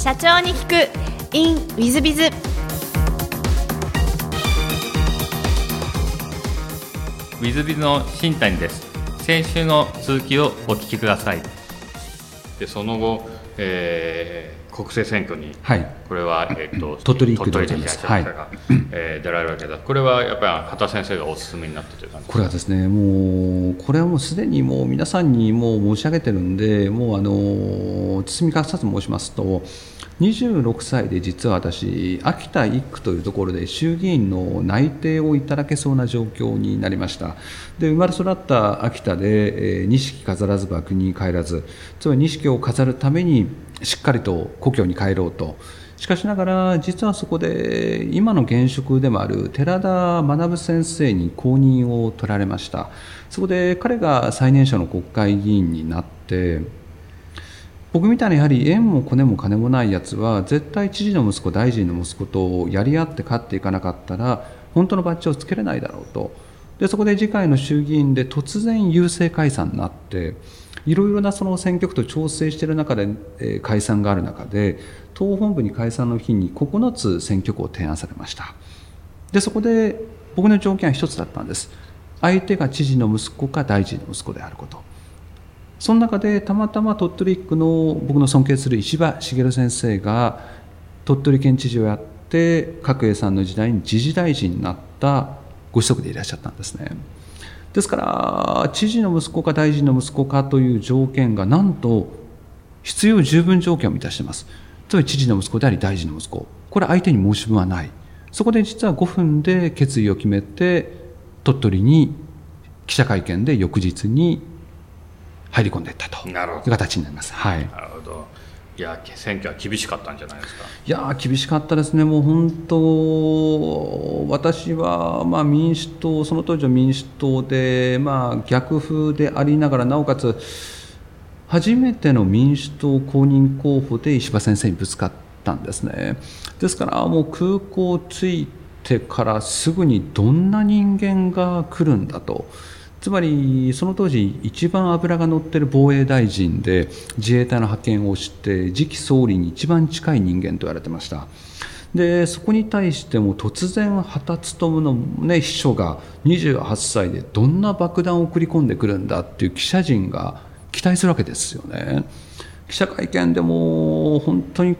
社長に聞く in ウィズビズ。 ウィズビズの新谷です。先週の続きをお聞きください。でその後、国政選挙に、 はい、 これは、 鳥取区で出られるわけだ。これはやっぱり畑先生がお勧めになってという感じですか。 これはですね、これはもうすでにもう皆さんにもう申し上げてるんで、もう包み隠さず申しますと、26歳で実は私、秋田1区というところで衆議院の内定をいただけそうな状況になりました。で生まれ育った秋田で、錦飾らずば国に帰らず、つまり錦を飾るためにしっかりと故郷に帰ろうと。しかしながら実はそこで今の現職でもある寺田学先生に公認を取られました。そこで彼が最年少の国会議員になって、僕みたいなやはり縁もコネも金もないやつは絶対知事の息子大臣の息子とやり合って勝っていかなかったら本当のバッジをつけれないだろうと。でそこで次回の衆議院で突然郵政解散になって、いろいろなその選挙区と調整している中で、解散がある中で党本部に解散の日に9つ選挙区を提案されました。でそこで僕の条件は一つだったんです。相手が知事の息子か大臣の息子であること。その中でたまたま鳥取区の僕の尊敬する石破茂先生が鳥取県知事をやって角栄さんの時代に自治大臣になったご子息でいらっしゃったんですね。ですから知事の息子か大臣の息子かという条件がなんと必要十分条件を満たしています。つまり知事の息子であり大臣の息子、これ相手に申し分はない。そこで実は5分で決意を決めて鳥取に記者会見で翌日に入り込んでいったという形になります。はい、 なるほど。いや選挙は厳しかったんじゃないですか。 いや厳しかったですね。もう本当私は民主党、その当時の民主党で逆風でありながら、なおかつ初めての民主党公認候補で石破先生にぶつかったんですね。ですからもう空港着いてからすぐにどんな人間が来るんだと。つまりその当時一番脂が乗っている防衛大臣で自衛隊の派遣をして次期総理に一番近い人間と言われてました。でそこに対しても突然羽田孜の、秘書が28歳でどんな爆弾を送り込んでくるんだっていう記者陣が期待するわけですよね。記者会見でも本当に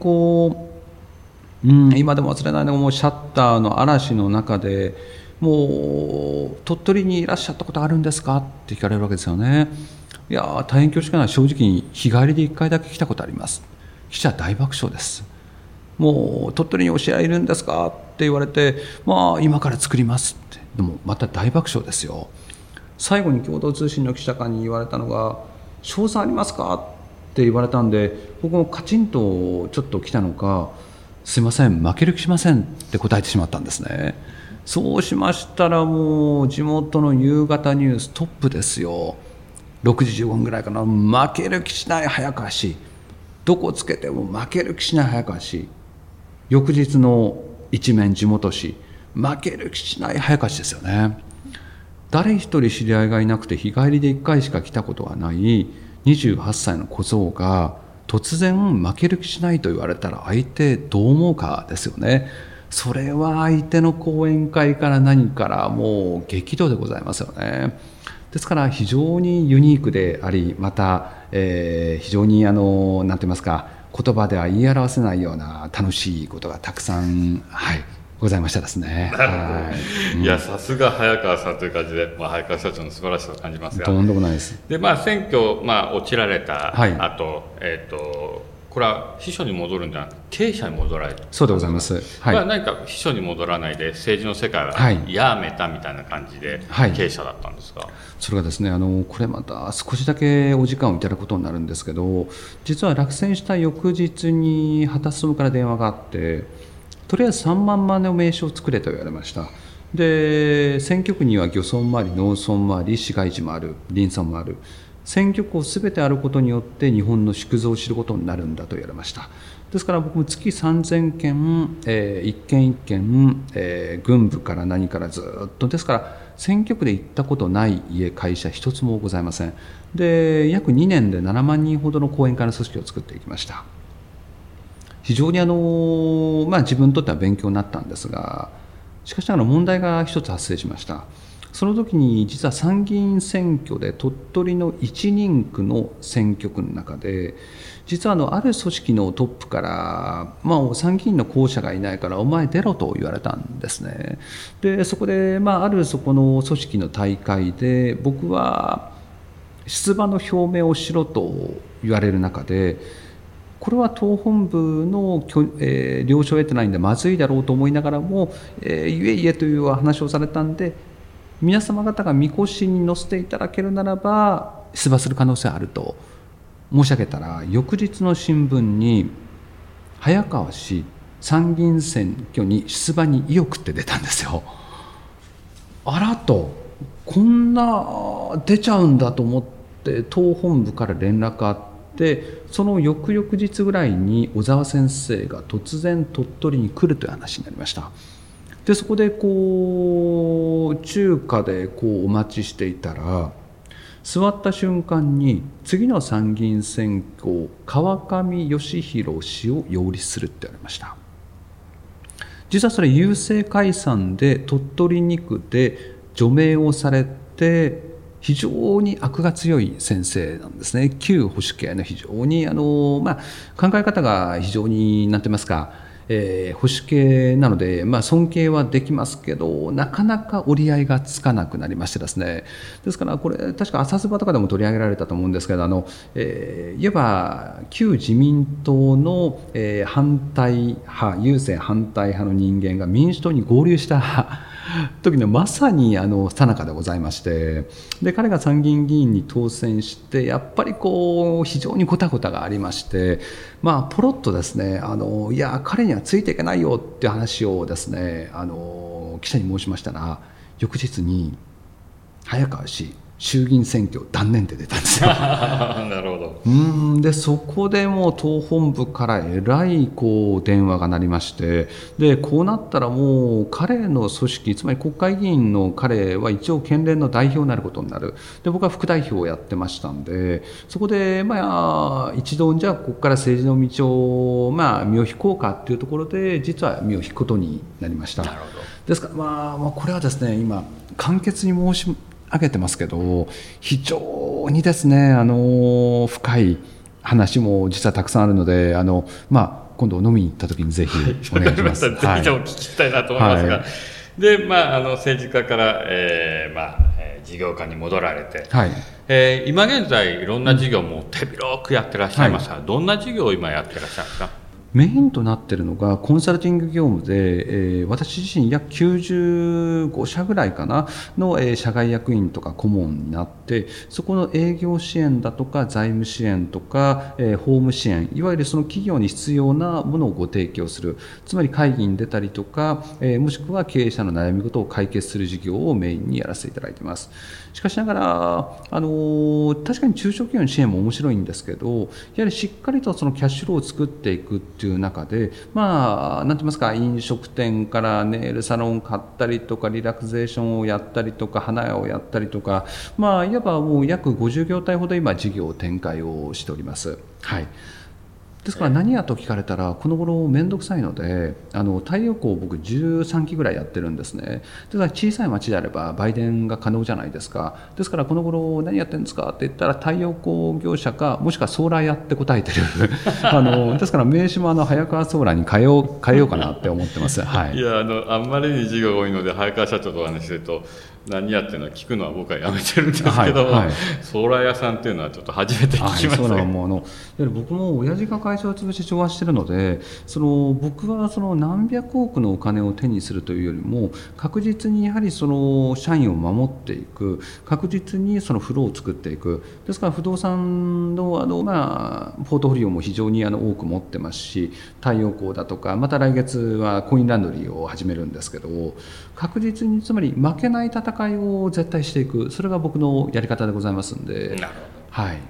今でも忘れないのがもうシャッターの嵐の中でもう鳥取にいらっしゃったことあるんですかって聞かれるわけですよね。いや大変恐縮ながら正直に日帰りで1回だけ来たことあります。記者大爆笑です。もう鳥取にお知り合いいるんですかって言われて、今から作りますって。でもまた大爆笑ですよ。最後に共同通信の記者官に言われたのが詳細ありますかって言われたんで、僕もカチンとちょっと来たのか、すいません負ける気しませんって答えてしまったんですね。そうしましたらもう地元の夕方ニューストップですよ。6時15分ぐらいかな。負ける気しない早川氏、どこつけても負ける気しない早川氏。翌日の一面地元紙、負ける気しない早川氏ですよね。誰一人知り合いがいなくて日帰りで1回しか来たことがない28歳の小僧が突然負ける気しないと言われたら相手どう思うかですよね。それは相手の講演会から何からもう激怒でございますよね。ですから非常にユニークであり、また、非常になんて言いますか、言葉では言い表せないような楽しいことがたくさん、ございましたですね。 いやさすが早川さんという感じで、早川社長の素晴らしさを感じますが、 とんでもないです。 で選挙、落ちられた後、これは秘書に戻るんじゃなくて経営者に戻られた。 そうでございます。 何か秘書に戻らないで政治の世界はやめたみたいな感じで経営者だったんですか。 それがですね、これまた少しだけお時間をいただくことになるんですけど、実は落選した翌日に羽田総から電話があって、とりあえず3万枚の名刺を作れと言われました。で選挙区には漁村もあり農村もあり市街地もある林村もある。選挙区を全てあることによって日本の縮図を知ることになるんだと言われました。ですから僕も月3000件、一件一件、軍部から何からずっと、ですから選挙区で行ったことない家会社一つもございません。で約2年で7万人ほどの後援会の組織を作っていきました。 非常に自分にとっては勉強になったんですが、しかしながら問題が一つ発生しました。その時に実は参議院選挙で鳥取の1人区の選挙区の中で、実はある組織のトップから、参議院の候補者がいないからお前出ろと言われたんですね。でそこで、あるそこの組織の大会で僕は出馬の表明をしろと言われる中で、これは党本部の了承を得てないんでまずいだろうと思いながらも、いえいえという話をされたんで、皆様方がみこしに乗せていただけるならば出馬する可能性あると申し上げたら、翌日の新聞に早川氏参議院選挙に出馬に意欲って出たんですよ。あらと、こんな出ちゃうんだと思って党本部から連絡あって、その翌々日ぐらいに小沢先生が突然鳥取に来るという話になりました。でそこで中華でお待ちしていたら、座った瞬間に次の参議院選挙川上義弘氏を擁立するって言われました。実はそれ郵政解散で鳥取2区で除名をされて、非常に悪が強い先生なんですね。旧保守系の非常に考え方が非常に何て言いますか、保守系なので、尊敬はできますけど、なかなか折り合いがつかなくなりましてですね。ですからこれ確か朝スバとかでも取り上げられたと思うんですけど、いわば旧自民党の、反対派、郵政反対派の人間が民主党に合流した時のまさに最中でございまして、で彼が参議院議員に当選して、やっぱり非常にごたごたがありまして、ポロッとですね、いや彼にはついていけないよっていう話をですね、記者に申しましたら、翌日に早川氏衆議院選挙断念って出たんですよ。 なるほど。 でそこでもう党本部からえらい電話が鳴りまして、でこうなったらもう彼の組織、つまり国会議員の彼は一応県連の代表になることになる。で僕は副代表をやってましたんで、そこで一度じゃあここから政治の道を身を引こうかっていうところで、実は身を引くことになりました。 なるほど。 ですからこれはですね、今簡潔に申し上げてますけど、非常にですね深い話も実はたくさんあるので、今度飲みに行った時にぜひお願いします。 ぜひお聞きしたいなと思いますが、で政治家から、事業家に戻られて、今現在いろんな事業も手広くやってらっしゃいますが、どんな事業を今やってらっしゃるんですか？ メインとなっているのがコンサルティング業務で、私自身約95社ぐらいかなの、社外役員とか顧問になって、そこの営業支援だとか財務支援とか、法務支援、いわゆるその企業に必要なものをご提供する、つまり会議に出たりとか、もしくは経営者の悩み事を解決する事業をメインにやらせていただいています。しかしながら確かに中小企業の支援も面白いんですけど、やはりしっかりとそのキャッシュフローを作っていくっていう中で、なんて言いますか、飲食店からネイルサロン買ったりとか、リラクゼーションをやったりとか、花屋をやったりとか、いわばもう約50業態ほど今事業展開をしております。ですから何やと聞かれたら、この頃面倒くさいので、太陽光を僕13基ぐらいやってるんですね。ですから小さい町であれば売電が可能じゃないですか。ですからこの頃何やってるんですかって言ったら、太陽光業者かもしくはソーラーやって答えてるですから名刺も早川ソーラーに変えようかなって思ってます。いやあんまりに事業が多いので、早川社長とお話しすると何やってるの聞くのは僕はやめてるんですけど、ソーラー屋さんっていうのはちょっと初めて聞きましたね。 僕も親父が会社を潰して調和しているので、僕は何百億のお金を手にするというよりも、確実にやはり社員を守っていく、確実にフローを作っていく。ですから不動産のポートフォリオも非常に多く持ってますし、太陽光だとか、また来月はコインランドリーを始めるんですけど、確実につまり負けない戦いを絶対していく、それが僕のやり方でございますんで。 なるほど。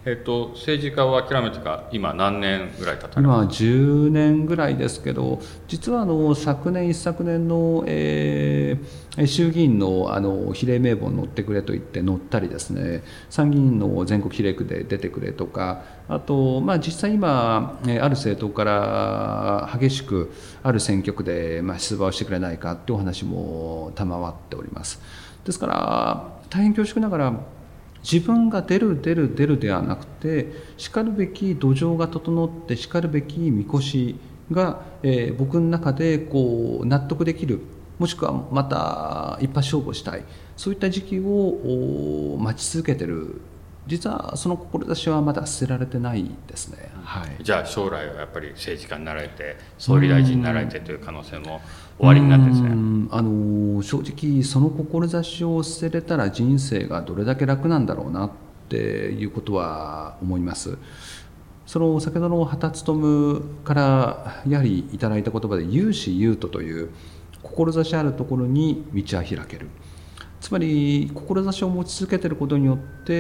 政治家を諦めてから今何年ぐらい経たれますか？ 今10年ぐらいですけど、実は昨年の、衆議院の比例名簿に乗ってくれと言って乗ったりですね、参議院の全国比例区で出てくれとか、あと、実際今ある政党から激しくある選挙区で出馬をしてくれないかというお話も賜っております。ですから大変恐縮ながら、自分が出るではなくて、しかるべき土壌が整ってしかるべきみこしが、僕の中で納得できる、もしくはまた一発勝負をしたい、そういった時期を待ち続けている。実はその志はまだ捨てられてないですね。はい、 じゃあ将来はやっぱり政治家になられて総理大臣になられてという可能性も終わりになってですね。 正直その志を捨てれたら人生がどれだけ楽なんだろうなっていうことは思います。先ほどの羽田勉からやはりいただいた言葉で、有志有途という志あるところに道は開ける。つまり志を持ち続けていることによって、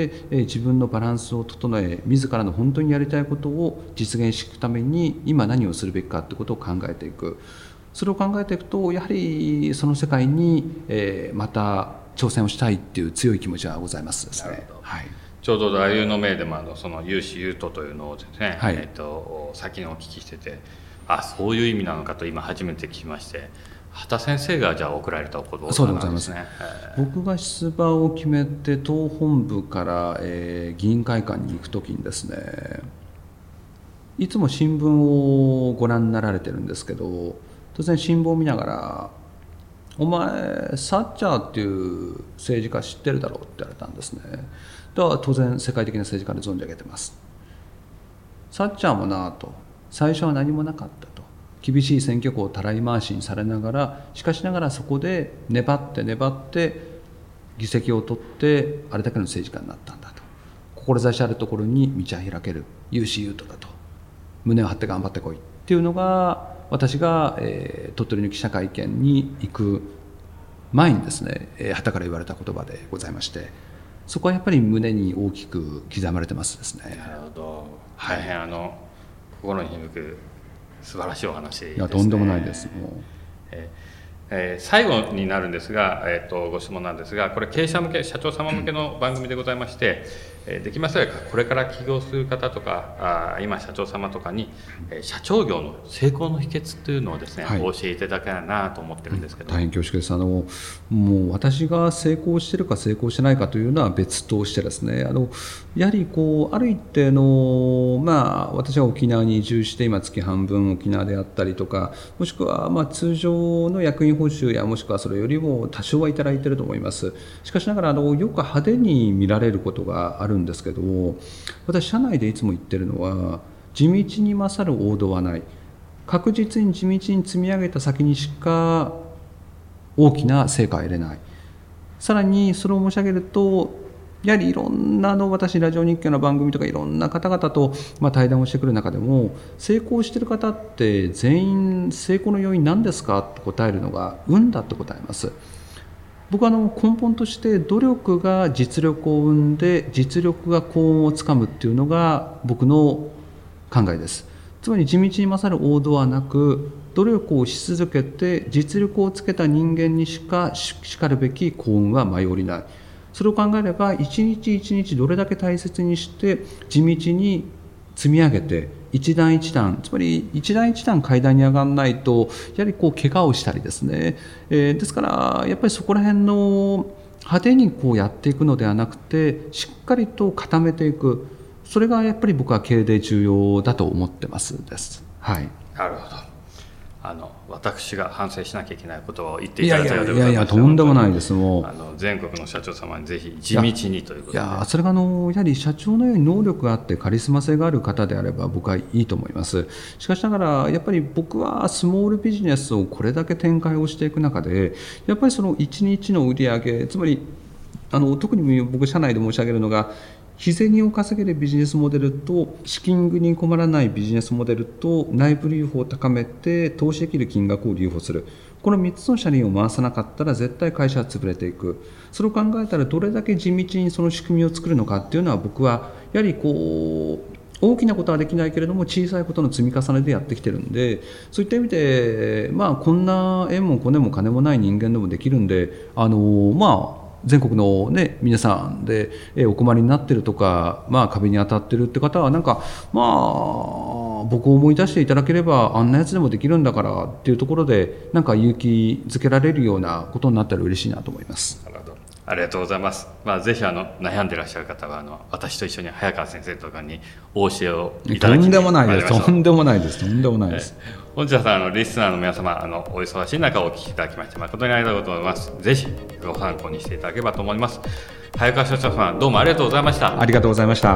自分のバランスを整え、自らの本当にやりたいことを実現していくために今何をするべきかということを考えていく。それを考えていくと、やはりその世界に、また挑戦をしたいっていう強い気持ちがございますですね。はい、 ちょうど座右の銘でもその有志有途というのをですね、 はい、 先にお聞きしてて、そういう意味なのかと今初めて聞きまして、羽田先生がじゃあ送られたお言葉なんですね。 そうでございます。僕が出馬を決めて党本部から、議員会館に行くときにですね、いつも新聞をご覧になられてるんですけど、突然新聞を見ながら「お前サッチャーっていう政治家知ってるだろう」って言われたんですね。だから当然世界的な政治家で存じ上げてます。サッチャーもなと、最初は何もなかったと、厳しい選挙区をたらい回しにされながら、しかしながらそこで粘って議席を取ってあれだけの政治家になったんだと。志あるところに道は開ける、有志有途だと、胸を張って頑張ってこいっていうのが、私が、鳥取の記者会見に行く前にですね、旗から言われた言葉でございまして、そこはやっぱり胸に大きく刻まれてますですね。 なるほど。大変心に響く素晴らしいお話ですね。 いや、とんでもないです。もう最後になるんですが、ご質問なんですが、これ経営者向け、社長様向けの番組でございまして、できますかこれから起業する方とか、今社長様とかに、社長業の成功の秘訣というのをですね、はい、お教えいただけたらなと思ってるんですけど。 大変恐縮です。もう私が成功しているか成功してないかというのは別としてですね、やはりある一定の、私は沖縄に移住して今月半分沖縄であったりとか、もしくは通常の役員報酬や、もしくはそれよりも多少はいただいていると思います。しかしながらよく派手に見られることがあるんですけど、私社内でいつも言ってるのは、地道に勝る王道はない、確実に地道に積み上げた先にしか大きな成果は得れない。さらにそれを申し上げると、やはりいろんな私ラジオ日経の番組とかいろんな方々と対談をしてくる中でも、成功している方って全員成功の要因何ですかって答えるのが運だと答えます。僕は根本として努力が実力を生んで、実力が幸運をつかむっていうのが僕の考えです。つまり地道に勝る王道はなく、努力をし続けて実力をつけた人間にしかしかるべき幸運は舞い降りない。それを考えれば、一日一日どれだけ大切にして地道に積み上げて、一段一段、つまり一段一段階段に上がらないと、やはり怪我をしたりですね、ですからやっぱりそこら辺の派手にやっていくのではなくて、しっかりと固めていく、それがやっぱり僕は経営で重要だと思ってますです。はい。 なるほど。私が反省しなきゃいけないことを言っていただいたようでございます。 いやとんでもないです。もう全国の社長様にぜひ地道にということで。 それがやはり社長のように能力があってカリスマ性がある方であれば僕はいいと思います。しかしながらやっぱり僕はスモールビジネスをこれだけ展開をしていく中で、やっぱりその1日の売り上げ、つまり特に僕社内で申し上げるのが、日銭を稼げるビジネスモデルと資金繰りに困らないビジネスモデルと内部留保を高めて投資できる金額を留保する、ここの3つの車輪を回さなかったら絶対会社は潰れていく。それを考えたらどれだけ地道にその仕組みを作るのかっていうのは、僕はやはり大きなことはできないけれども小さいことの積み重ねでやってきてるんで、そういった意味で、こんな縁もコネも金もない人間でもできるんで、全国の、皆さんでお困りになってるとか、壁に当たってるって方は僕を思い出していただければ、あんなやつでもできるんだからっていうところで勇気づけられるようなことになったら嬉しいなと思います。 なるほど、ありがとうございます。ぜひ悩んでいらっしゃる方は私と一緒に早川先生とかにお教えをいただきに。 とんでもないです。とんでもないです。とんでもないです。 本日はリスナーの皆様お忙しい中お聞きいただきまして誠にありがとうございます。ぜひご参考にしていただければと思います。早川社長さん、どうもありがとうございました。 ありがとうございました。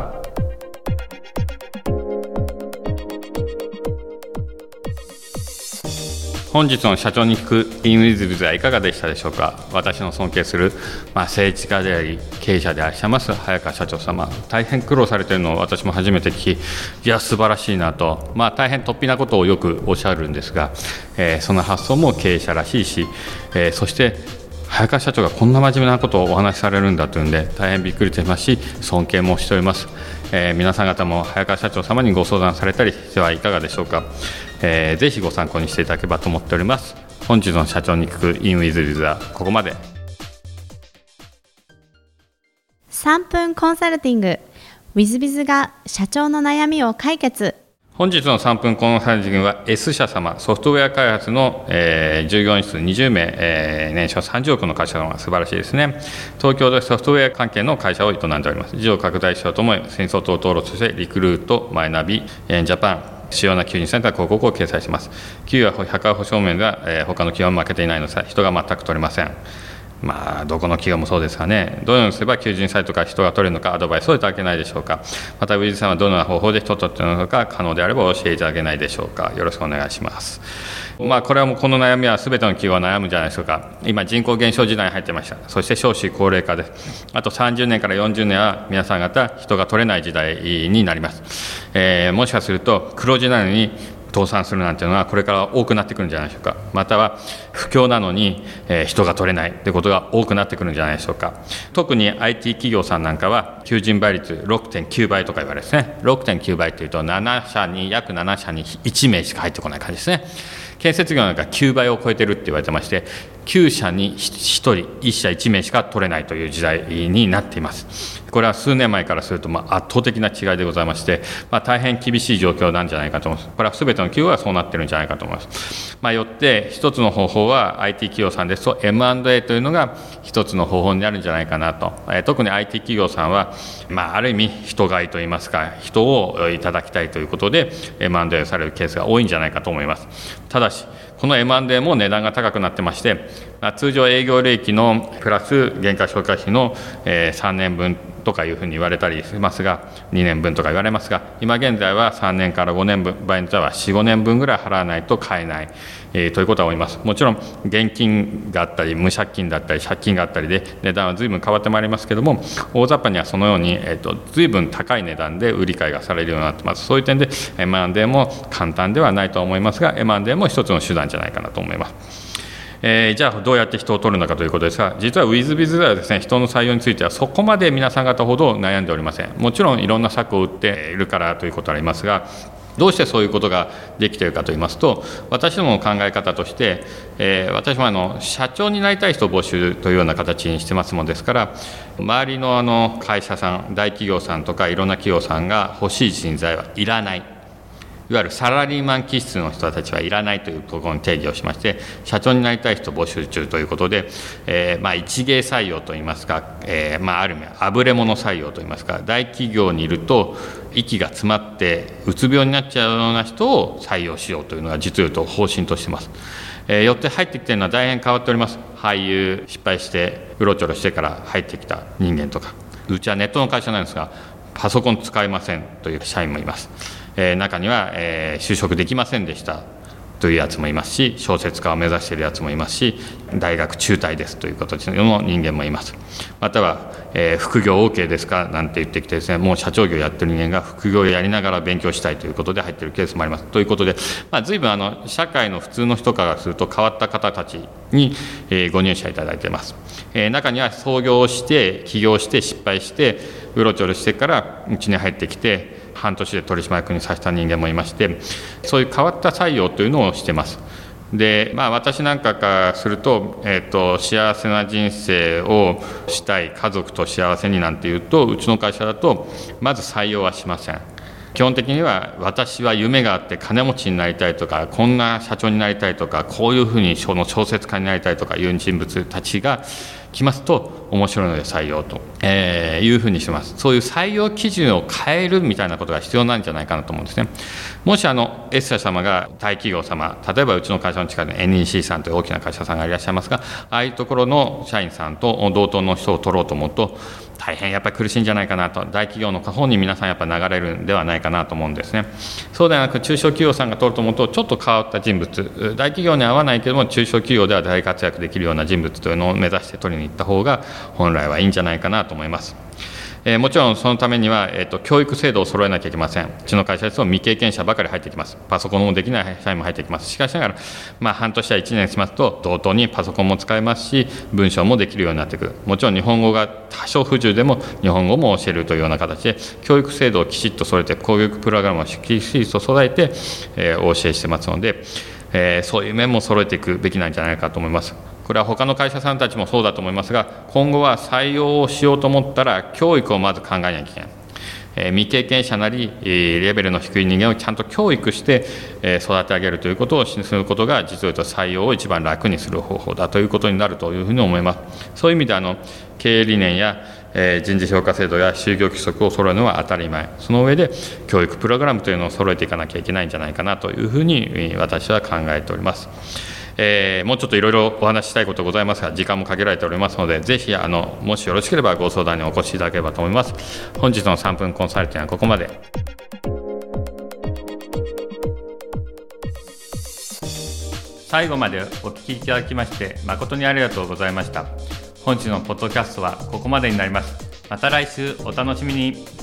本日の社長に聞くインウィズビズはいかがでしたでしょうか。私の尊敬する、政治家であり経営者でいらっしゃいます早川社長様、大変苦労されているのを私も初めて聞き、いや素晴らしいなと、大変突飛なことをよくおっしゃるんですが、その発想も経営者らしいし、そして早川社長がこんな真面目なことをお話しされるんだというんで大変びっくりしていますし、尊敬もしております。皆さん方も早川社長様にご相談されたりしてはいかがでしょうか。ぜひご参考にしていただければと思っております。本日の社長に聞くインウィズビズはここまで。 3分コンサルティング WithBiz が社長の悩みを解決。 本日の3分コンサルティングは S 社様、ソフトウェア開発の、従業員数20名、年商30億の会社が素晴らしいですね。東京でソフトウェア関係の会社を営んでおります。事業拡大しようと思い、戦争等登録としてリクルート、マイナビ、ジャパン、主要な求人センター広告を掲載します。給与は100%保証面が、他の企業も負けていないので人が全く取れません。どこの企業もそうですがね、どのようにすれば求人サイトから人が取れるのかアドバイスをいただけないでしょうか。またウィズさんはどのような方法で人を取っているのか可能であればお教えいただけないでしょうか。よろしくお願いします。これはもうこの悩みは全ての企業は悩むんじゃないでしょうか。今人口減少時代に入ってました。そして少子高齢化です。あと30年から40年は皆さん方人が取れない時代になります。もしかすると黒字なのに倒産するなんていうのはこれから多くなってくるんじゃないでしょうか。または不況なのに、人が取れないということが多くなってくるんじゃないでしょうか。特に IT 企業さんなんかは求人倍率 6.9 倍とか言われですね。 6.9 倍というと約7社に1名しか入ってこない感じですね。建設業なんか9倍を超えてるって言われてまして、9社に1人1社1名しか取れないという時代になっています。これは数年前からすると圧倒的な違いでございまして、大変厳しい状況なんじゃないかと思います。これは全ての企業がそうなっているんじゃないかと思います。よって一つの方法は IT 企業さんですと M&A というのが一つの方法になるんじゃないかなと。特に IT 企業さんは、ある意味人買いといいますか、人をいただきたいということで M&A をされるケースが多いんじゃないかと思います。ただしこの M&A も値段が高くなってまして、通常営業利益のプラス原価償却費の3年分とかいうふうに言われたりしますが、2年分とか言われますが、今現在は3年から5年分、場合によっては 4,5 年分ぐらい払わないと買えない、ということは思います。もちろん現金があったり無借金だったり借金があったりで値段は随分変わってまいりますけれども、大雑把にはそのように、随分高い値段で売り買いがされるようになってます。そういう点で M&A も簡単ではないと思いますが、 M&A も一つの手段じゃないかなと思います。じゃあどうやって人を取るのかということですが、実は WithBiz ではですね、人の採用についてはそこまで皆さん方ほど悩んでおりません。もちろんいろんな策を打っているからということはありますが、どうしてそういうことができているかといいますと、私どもの考え方として、私も社長になりたい人を募集というような形にしてますものですから、周りの会社さん、大企業さんとかいろんな企業さんが欲しい人材はいらない、いわゆるサラリーマン気質の人たちはいらないというところに定義をしまして、社長になりたい人を募集中ということで、一芸採用といいますか、ある意味あぶれ者採用といいますか、大企業にいると息が詰まってうつ病になっちゃうような人を採用しようというのが実を言うと方針としています。よって入ってきているのは大変変わっております。俳優失敗してうろちょろしてから入ってきた人間とか、うちはネットの会社なんですがパソコン使えませんという社員もいます。中には、就職できませんでしたというやつもいますし、小説家を目指しているやつもいますし、大学中退ですという形の人間もいます。または、副業 OK ですかなんて言ってきてですね、もう社長業やってる人間が副業をやりながら勉強したいということで入っているケースもあります。ということで、随分社会の普通の人からすると変わった方たちに、ご入社いただいています。中には創業して起業して失敗してうろちょろしてからうちに入ってきて半年で取締役にさせた人間もいまして、そういう変わった採用というのをしています。で、私なんかからすると、幸せな人生をしたい、家族と幸せになんていうと、うちの会社だとまず採用はしません。基本的には私は夢があって金持ちになりたいとか、こんな社長になりたいとか、こういうふうに小説家になりたいとかいう人物たちが来ますと面白いので採用と、いうふうにしてます。そういう採用基準を変えるみたいなことが必要なんじゃないかなと思うんですね。もしS社様が大企業様、例えばうちの会社の近くに NEC さんという大きな会社さんがいらっしゃいますが、ああいうところの社員さんと同等の人を取ろうと思うと大変やっぱり苦しいんじゃないかなと、大企業の方に皆さんやっぱ流れるんではないかなと思うんですね。そうではなく中小企業さんが取ると思うと、ちょっと変わった人物、大企業には合わないけども中小企業では大活躍できるような人物というのを目指して取りに行った方が本来はいいんじゃないかなと思います。もちろんそのためには、教育制度を揃えなきゃいけません。うちの会社ですと未経験者ばかり入ってきます。パソコンもできない社員も入ってきます。しかしながら、半年や1年しますと同等にパソコンも使えますし、文章もできるようになってくる。もちろん日本語が多少不自由でも日本語も教えるというような形で、教育制度をきちっと揃えて、教育プログラムをきちっと揃えて、お教えしてますので、そういう面も揃えていくべきなんじゃないかと思います。これは他の会社さんたちもそうだと思いますが、今後は採用をしようと思ったら教育をまず考えなきゃいけない。未経験者なりレベルの低い人間をちゃんと教育して育て上げるということをすることが、実を言うと採用を一番楽にする方法だということになるというふうに思います。そういう意味で経営理念や人事評価制度や就業規則を揃えるのは当たり前。その上で教育プログラムというのを揃えていかなきゃいけないんじゃないかなというふうに私は考えております。もうちょっといろいろお話ししたいことございますが、時間も限られておりますので、ぜひもしよろしければご相談にお越しいただければと思います。本日の3分コンサルティングはここまで。最後までお聞きいただきまして誠にありがとうございました。本日のポッドキャストはここまでになります。また来週お楽しみに。